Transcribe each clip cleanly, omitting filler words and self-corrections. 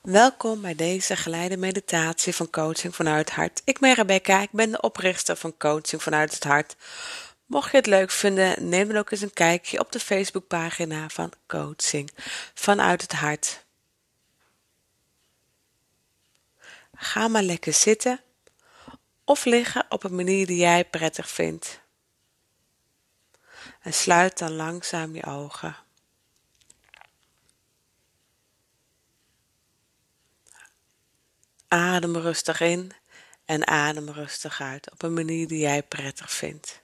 Welkom bij deze geleide meditatie van Coaching vanuit het Hart. Ik ben Rebecca, ik ben de oprichter van Coaching vanuit het Hart. Mocht je het leuk vinden, neem dan ook eens een kijkje op de Facebookpagina van Coaching vanuit het Hart. Ga maar lekker zitten of liggen op een manier die jij prettig vindt. En sluit dan langzaam je ogen. Adem rustig in en adem rustig uit op een manier die jij prettig vindt.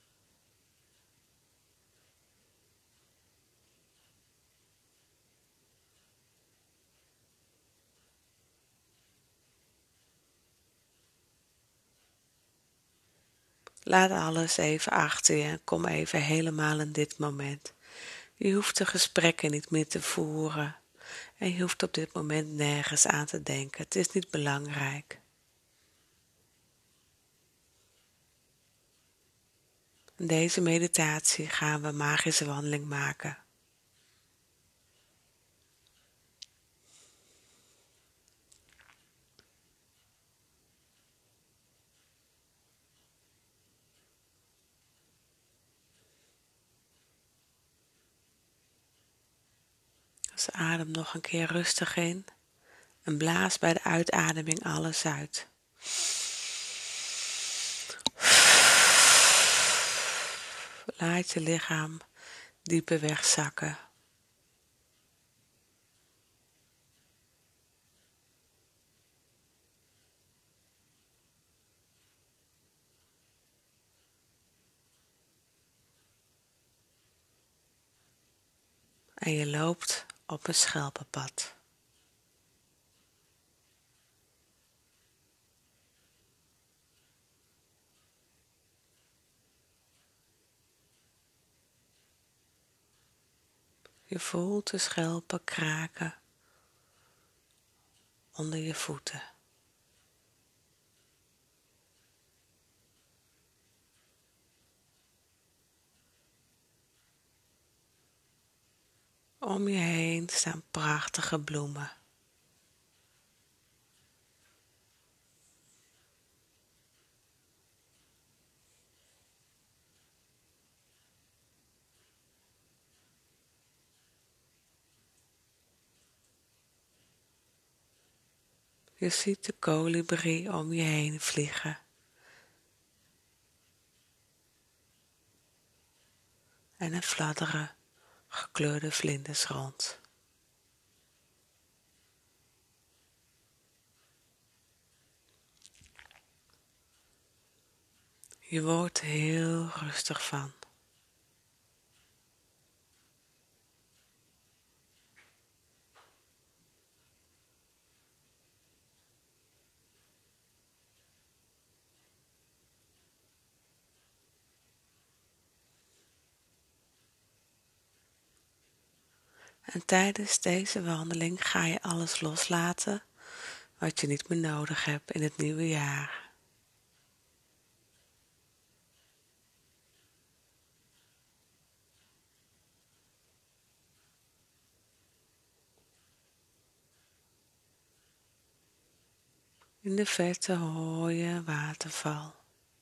Laat alles even achter je en kom even helemaal in dit moment. Je hoeft de gesprekken niet meer te voeren en je hoeft op dit moment nergens aan te denken. Het is niet belangrijk. In deze meditatie gaan we een magische wandeling maken. Dus adem nog een keer rustig in en blaas bij de uitademing alles uit. Laat je lichaam dieper wegzakken. En je loopt op een schelpenpad. Je voelt de schelpen kraken onder je voeten. Om je heen staan prachtige bloemen. Je ziet de kolibrie om je heen vliegen. En er fladderen gekleurde vlinders rond. Je wordt heel rustig van. En tijdens deze wandeling ga je alles loslaten wat je niet meer nodig hebt in het nieuwe jaar. In de verte hoor je een waterval.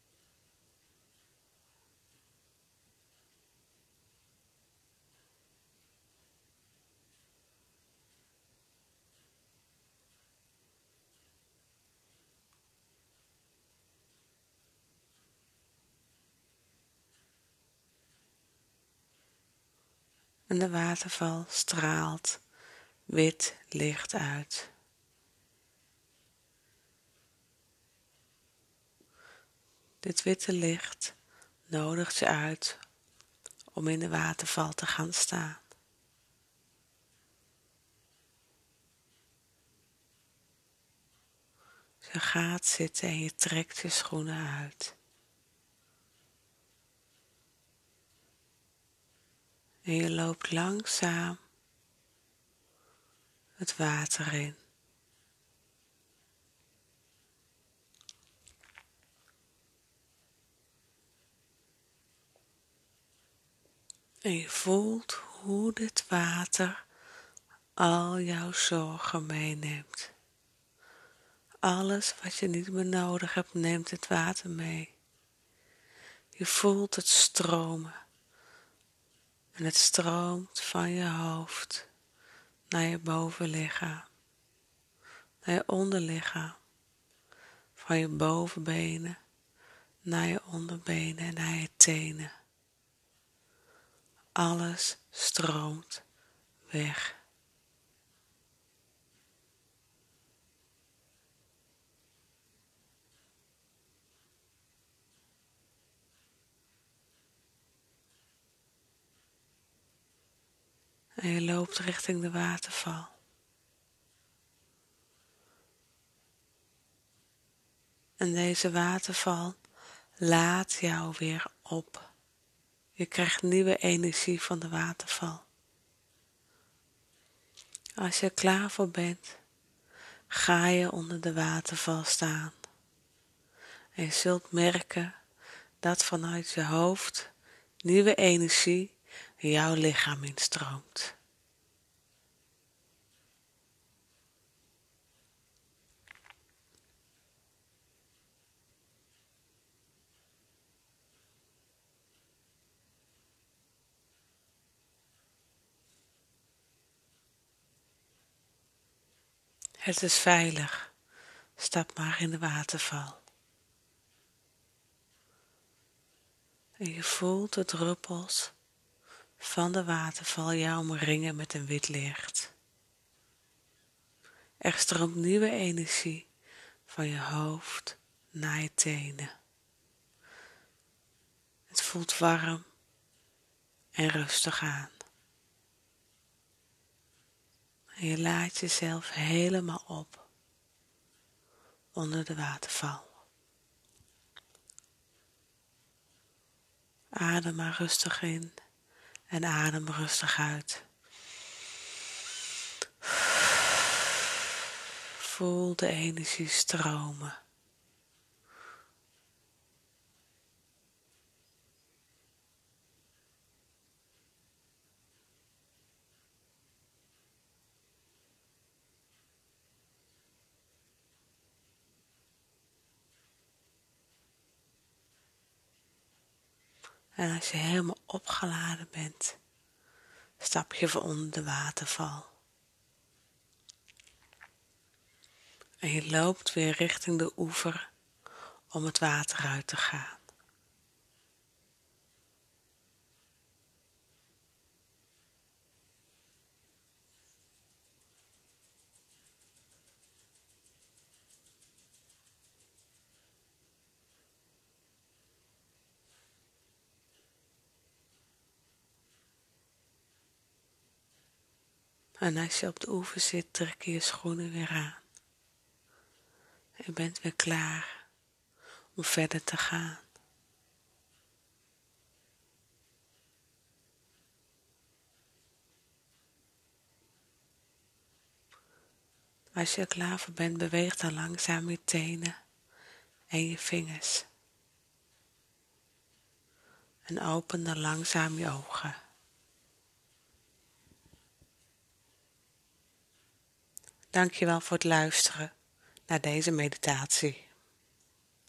En de waterval straalt wit licht uit. Dit witte licht nodigt je uit om in de waterval te gaan staan. Je gaat zitten en je trekt je schoenen uit. En je loopt langzaam het water in. En je voelt hoe dit water al jouw zorgen meeneemt. Alles wat je niet meer nodig hebt, neemt het water mee. Je voelt het stromen. En het stroomt van je hoofd naar je bovenlichaam, naar je onderlichaam, van je bovenbenen naar je onderbenen en naar je tenen. Alles stroomt weg. En je loopt richting de waterval. En deze waterval laat jou weer op. Je krijgt nieuwe energie van de waterval. Als je er klaar voor bent, ga je onder de waterval staan. En je zult merken dat vanuit je hoofd nieuwe energie jouw lichaam instroomt. Het is veilig. Stap maar in de waterval. En je voelt de druppels van de waterval jou omringen met een wit licht. Er stroomt nieuwe energie van je hoofd naar je tenen. Het voelt warm en rustig aan. En je laat jezelf helemaal op onder de waterval. Adem maar rustig in en adem rustig uit. Voel de energie stromen. En als je helemaal opgeladen bent, stap je van onder de waterval. En je loopt weer richting de oever om het water uit te gaan. En als je op de oever zit, trek je je schoenen weer aan. Je bent weer klaar om verder te gaan. Als je er klaar voor bent, beweeg dan langzaam je tenen en je vingers. En open dan langzaam je ogen. Dankjewel voor het luisteren naar deze meditatie.